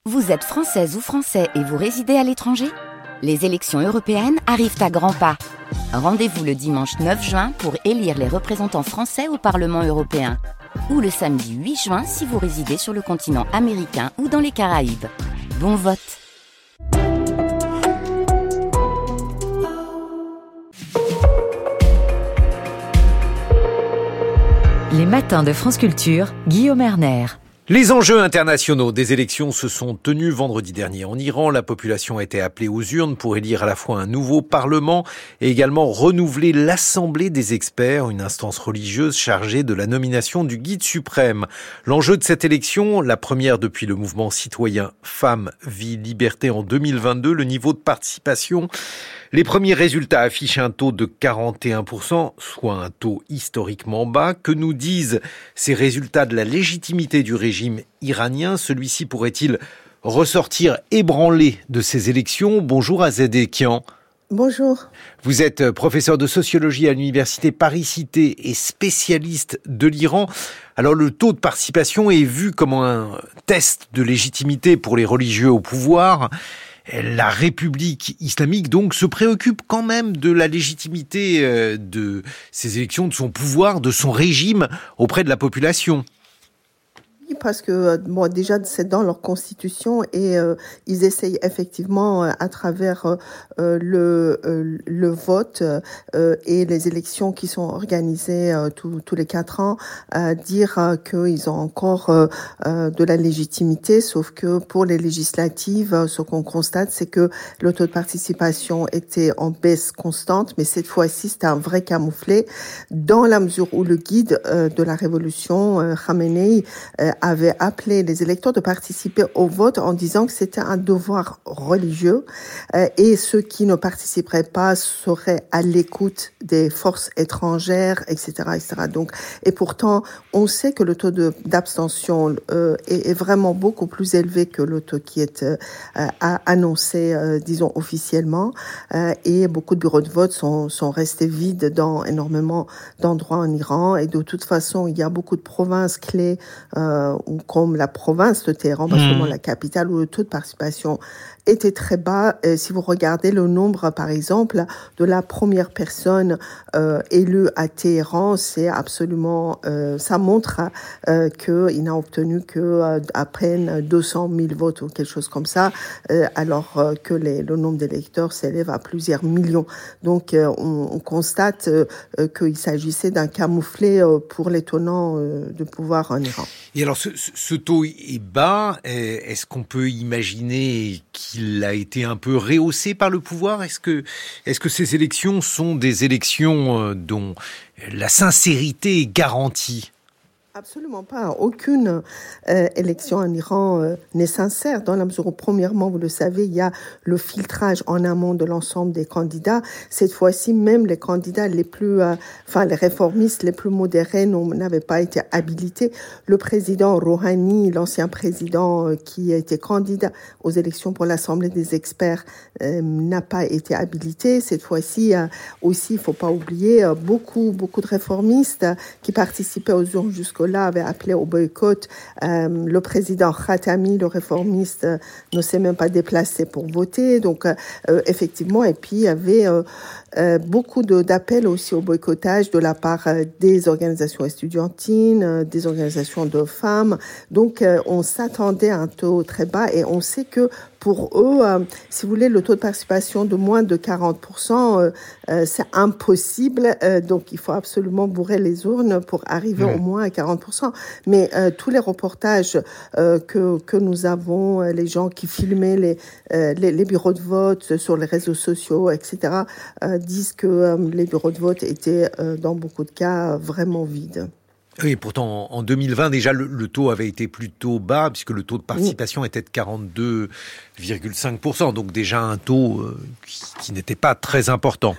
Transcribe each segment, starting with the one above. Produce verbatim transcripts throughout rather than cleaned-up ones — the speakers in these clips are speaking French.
Vous êtes française ou français et vous résidez à l'étranger ? Les élections européennes arrivent à grands pas. Rendez-vous le dimanche neuf juin pour élire les représentants français au Parlement européen. Ou le samedi huit juin si vous résidez sur le continent américain ou dans les Caraïbes. Bon vote! Les matins de France Culture, Guillaume Erner. Les enjeux internationaux des élections se sont tenus vendredi dernier. En Iran, la population a été appelée aux urnes pour élire à la fois un nouveau parlement et également renouveler l'Assemblée des experts, une instance religieuse chargée de la nomination du guide suprême. L'enjeu de cette élection, la première depuis le mouvement citoyen Femmes, Vie, Liberté en deux mille vingt-deux, le niveau de participation. Les premiers résultats affichent un taux de quarante et un pour cent, soit un taux historiquement bas. Que nous disent ces résultats de la légitimité du régime iranien ? Celui-ci pourrait-il ressortir ébranlé de ces élections ? Bonjour Azadeh Kian. Bonjour. Vous êtes professeur de sociologie à l'université Paris-Cité et spécialiste de l'Iran. Alors le taux de participation est vu comme un test de légitimité pour les religieux au pouvoir. La République islamique, donc, se préoccupe quand même de la légitimité de ces élections, de son pouvoir, de son régime auprès de la population. Parce que bon, déjà c'est dans leur constitution et euh, ils essayent effectivement à travers euh, le euh, le vote euh, et les élections qui sont organisées euh, tous tous les quatre ans à dire euh, qu'ils ont encore euh, de la légitimité. Sauf que pour les législatives, ce qu'on constate, c'est que le taux de participation était en baisse constante, mais cette fois-ci c'était un vrai camouflet dans la mesure où le guide euh, de la révolution, euh, Khamenei, euh, avait appelé les électeurs de participer au vote en disant que c'était un devoir religieux euh, et ceux qui ne participeraient pas seraient à l'écoute des forces étrangères, et cetera, et cetera. Donc, et pourtant, on sait que le taux de, d'abstention euh, est, est vraiment beaucoup plus élevé que le taux qui est euh, annoncé, euh, disons, officiellement. Euh, et beaucoup de bureaux de vote sont, sont restés vides dans énormément d'endroits en Iran. Et de toute façon, il y a beaucoup de provinces clés euh, comme la province de Téhéran, pas seulement la capitale, où le taux de participation était très bas. Et si vous regardez le nombre, par exemple, de la première personne euh, élue à Téhéran, c'est absolument, euh, ça montre euh, qu'il n'a obtenu que euh, à peine deux cent mille votes ou quelque chose comme ça, euh, alors euh, que les, le nombre d'électeurs s'élève à plusieurs millions. Donc, euh, on, on constate euh, qu'il s'agissait d'un camouflet euh, pour les tenants euh, de pouvoir en Iran. Et alors, ce, ce taux est bas. Est-ce qu'on peut imaginer qu'il a été un peu rehaussé par le pouvoir ? Est-ce que, est-ce que ces élections sont des élections dont la sincérité est garantie ? Absolument pas. Aucune euh, élection en Iran euh, n'est sincère dans la mesure où, premièrement, vous le savez, il y a le filtrage en amont de l'ensemble des candidats. Cette fois-ci, même les candidats les plus, euh, enfin les réformistes les plus modérés n'avaient pas été habilités. Le président Rouhani, l'ancien président euh, qui a été candidat aux élections pour l'Assemblée des experts, euh, n'a pas été habilité. Cette fois-ci, euh, aussi, il faut pas oublier, euh, beaucoup, beaucoup de réformistes euh, qui participaient aux urnes jusqu'au là avait appelé au boycott. Euh, le président Khatami, le réformiste, euh, ne s'est même pas déplacé pour voter. Donc, euh, effectivement, et puis il y avait euh, euh, beaucoup de, d'appels aussi au boycottage de la part euh, des organisations estudiantines, euh, des organisations de femmes. Donc, euh, on s'attendait à un taux très bas et on sait que pour eux, euh, si vous voulez, le taux de participation de moins de quarante pour cent, euh, euh, c'est impossible. Euh, donc, il faut absolument bourrer les urnes pour arriver mmh. au moins à quarante pour cent. Mais euh, tous les reportages euh, que que nous avons, euh, les gens qui filmaient les, euh, les les bureaux de vote sur les réseaux sociaux, et cetera, euh, disent que euh, les bureaux de vote étaient, euh, dans beaucoup de cas, vraiment vides. Oui, pourtant, en deux mille vingt, déjà, le, le taux avait été plutôt bas, puisque le taux de participation était de quarante-deux virgule cinq pour cent, donc déjà un taux euh, qui, qui n'était pas très important.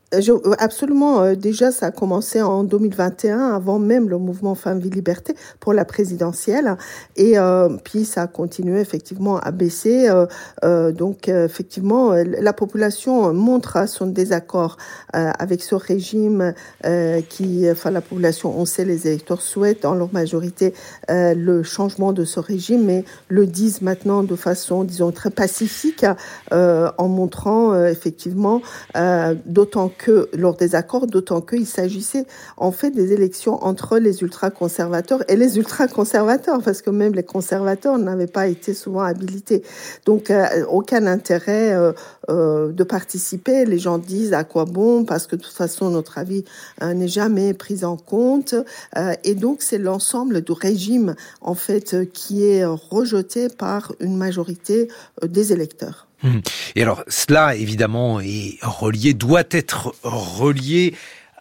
Je, absolument. Déjà, ça a commencé en deux mille vingt et un, avant même le mouvement Femmes, Vie, Liberté pour la présidentielle. Et euh, puis, ça a continué effectivement à baisser. Euh, euh, donc, effectivement, la population montre son désaccord euh, avec ce régime euh, qui, enfin, la population, on sait, les électeurs souhaitent en leur majorité euh, le changement de ce régime, mais le disent maintenant de façon, disons, très pacifique, euh, en montrant euh, effectivement, euh, d'autant que que lors des accords, d'autant qu'il s'agissait en fait des élections entre les ultra-conservateurs et les ultra-conservateurs, parce que même les conservateurs n'avaient pas été souvent habilités. Donc, euh, aucun intérêt euh, euh, de participer. Les gens disent à quoi bon, parce que de toute façon, notre avis euh, n'est jamais pris en compte. Euh, et donc, c'est l'ensemble du régime, en fait, qui est rejeté par une majorité euh, des électeurs. Et alors, cela, évidemment, est relié, doit être relié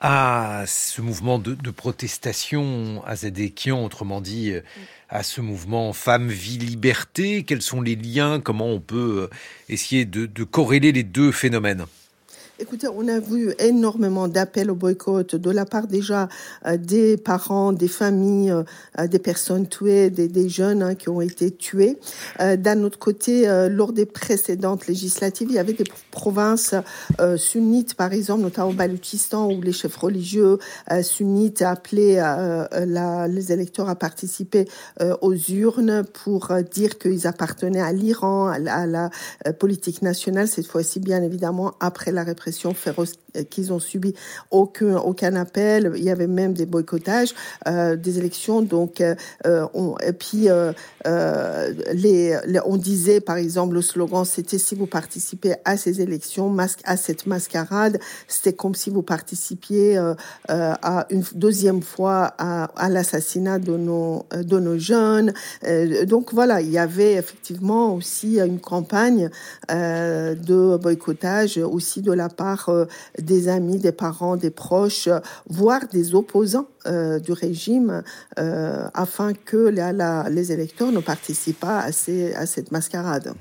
à ce mouvement de, de protestation azadékian, autrement dit, à ce mouvement Femmes, Vie, Liberté. Quels sont les liens? Comment on peut essayer de, de corréler les deux phénomènes? Écoutez, on a vu énormément d'appels au boycott de la part déjà euh, des parents, des familles, euh, des personnes tuées, des, des jeunes hein, qui ont été tués. Euh, d'un autre côté, euh, lors des précédentes législatives, il y avait des provinces euh, sunnites, par exemple, notamment au Baloutchistan, où les chefs religieux euh, sunnites appelaient euh, la, les électeurs à participer euh, aux urnes pour euh, dire qu'ils appartenaient à l'Iran, à la, à la euh, politique nationale, cette fois-ci bien évidemment après la répression féroce qu'ils ont subi, aucun aucun appel. Il y avait même des boycottages euh, des élections. Donc, euh, on, et puis euh, euh, les, les, on disait par exemple le slogan c'était si vous participez à ces élections, masque à cette mascarade, c'était comme si vous participiez euh, euh, à une deuxième fois à, à l'assassinat de nos de nos jeunes. Euh, donc voilà, il y avait effectivement aussi une campagne euh, de boycottage aussi de la part euh, des amis, des parents, des proches, euh, voire des opposants euh, du régime, euh, afin que la, la, les électeurs ne participent pas à, ces, à cette mascarade.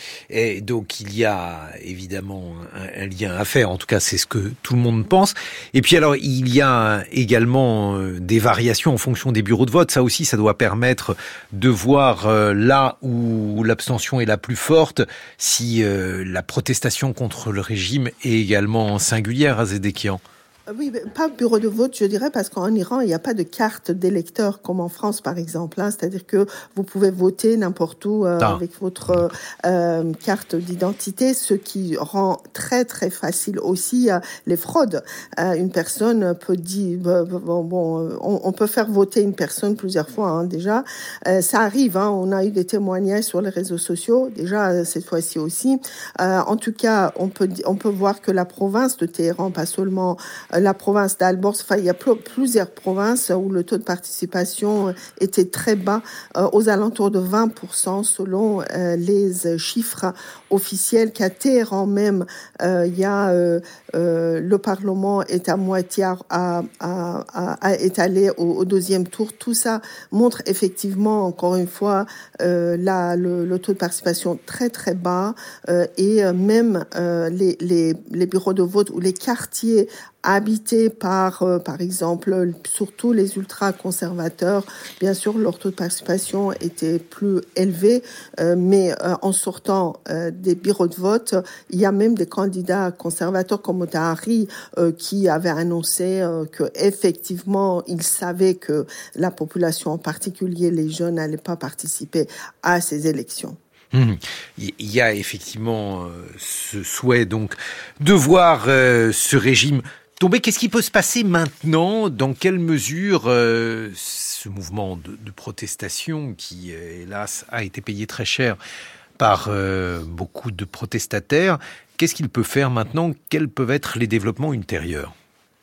Et donc il y a évidemment un, un lien à faire, en tout cas c'est ce que tout le monde pense. Et puis alors il y a également euh, des variations en fonction des bureaux de vote. Ça aussi, ça doit permettre de voir euh, là où l'abstention est la plus forte, si euh, la protestation contre le régime est également singulière à Zedekian. Oui, mais pas bureau de vote, je dirais, parce qu'en Iran, il n'y a pas de carte d'électeur comme en France, par exemple. Hein. C'est-à-dire que vous pouvez voter n'importe où euh, ah. avec votre euh, carte d'identité, ce qui rend très, très facile aussi euh, les fraudes. Euh, une personne peut dire... Bon, bon on, on peut faire voter une personne plusieurs fois, hein, déjà. Euh, ça arrive, hein, on a eu des témoignages sur les réseaux sociaux, déjà, cette fois-ci aussi. Euh, en tout cas, on peut, on peut voir que la province de Téhéran, pas seulement... Euh, la province d'Al-Borz, enfin, il y a pl- plusieurs provinces où le taux de participation était très bas, euh, aux alentours de vingt pour cent selon euh, les chiffres officiels. Qu'à Téhéran même, euh, il y a euh, euh, le Parlement est à moitié à, à, à, à est allé au, au deuxième tour. Tout ça montre effectivement, encore une fois, euh, la, le, le taux de participation très très bas euh, et euh, même euh, les, les, les bureaux de vote ou les quartiers habités par, euh, par exemple, surtout les ultra-conservateurs. Bien sûr, leur taux de participation était plus élevé, euh, mais euh, en sortant euh, des bureaux de vote, il y a même des candidats conservateurs comme Motahari euh, qui avaient annoncé euh, que effectivement, ils savaient que la population, en particulier les jeunes, n'allait pas participer à ces élections. Mmh. Il y a effectivement euh, ce souhait donc de voir euh, ce régime tomber. Qu'est-ce qui peut se passer maintenant? Dans quelle mesure euh, ce mouvement de, de protestation qui, euh, hélas, a été payé très cher par euh, beaucoup de protestataires, qu'est-ce qu'il peut faire maintenant? Quels peuvent être les développements ultérieurs?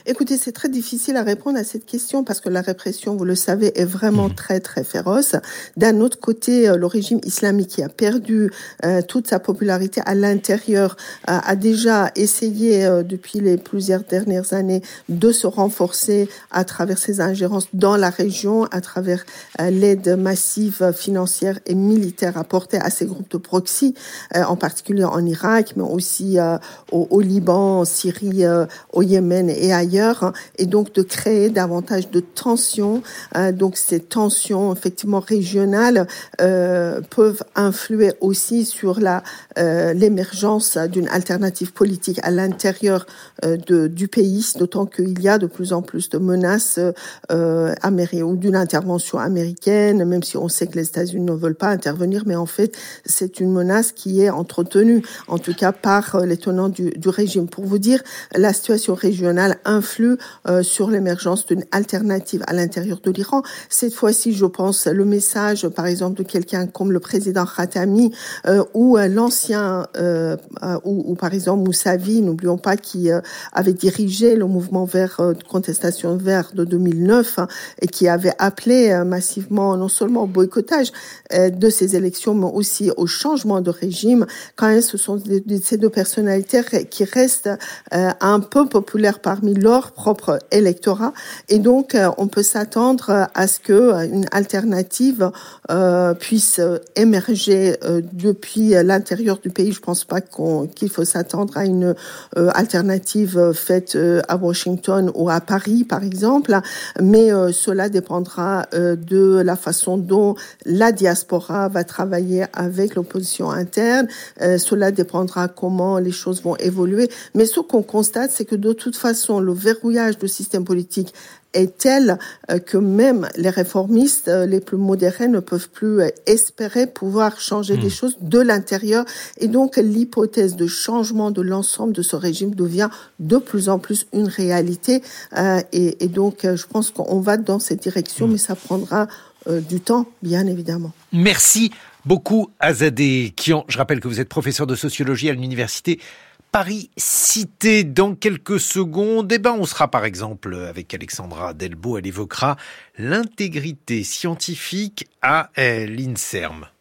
Écoutez, c'est très difficile à répondre à cette question parce que la répression, vous le savez, est vraiment mmh. très, très féroce. D'un autre côté, le régime islamique qui a perdu euh, toute sa popularité à l'intérieur euh, a déjà essayé euh, depuis les plusieurs dernières années de se renforcer à travers ses ingérences dans la région, à travers euh, l'aide massive financière et militaire apportée à ces groupes de proxy, euh, en particulier en Irak, mais aussi euh, au, au Liban, en Syrie, euh, au Yémen et ailleurs, et donc de créer davantage de tensions. Euh, donc ces tensions effectivement régionales euh, peuvent influer aussi sur la euh, l'émergence d'une alternative politique à l'intérieur euh, de, du pays, d'autant qu'il y a de plus en plus de menaces euh, américaines ou d'une intervention américaine, même si on sait que les États-Unis ne veulent pas intervenir, mais en fait c'est une menace qui est entretenue, en tout cas par les tenants du, du régime. Pour vous dire, la situation régionale influe euh, sur l'émergence d'une alternative à l'intérieur de l'Iran. Cette fois-ci, je pense, le message, par exemple, de quelqu'un comme le président Khatami euh, ou euh, l'ancien, euh, euh, ou, ou par exemple Moussavi, n'oublions pas, qui euh, avait dirigé le mouvement vert, euh, de contestation vert de deux mille neuf hein, et qui avait appelé euh, massivement non seulement au boycottage euh, de ces élections, mais aussi au changement de régime. Quand même, ce sont des, des, ces deux personnalités qui restent euh, un peu populaires parmi leur propre électorat. Et donc, euh, on peut s'attendre à ce que euh, une alternative euh, puisse émerger euh, depuis l'intérieur du pays. Je pense pas qu'on, qu'il faut s'attendre à une euh, alternative faite euh, à Washington ou à Paris, par exemple, mais euh, cela dépendra euh, de la façon dont la diaspora va travailler avec l'opposition interne. Euh, cela dépendra comment les choses vont évoluer. Mais ce qu'on constate, c'est que de toute façon, le verrouillage du système politique est tel que même les réformistes les plus modérés ne peuvent plus espérer pouvoir changer mmh. des choses de l'intérieur. Et donc, l'hypothèse de changement de l'ensemble de ce régime devient de plus en plus une réalité. Euh, et, et donc, je pense qu'on va dans cette direction, mmh. mais ça prendra euh, du temps, bien évidemment. Merci beaucoup, Azadeh Kian. Je rappelle que vous êtes professeur de sociologie à l'université Paris-Cité. Dans quelques secondes, eh ben, on sera par exemple avec Alexandra Delbo. Elle évoquera l'intégrité scientifique à l'INSERM.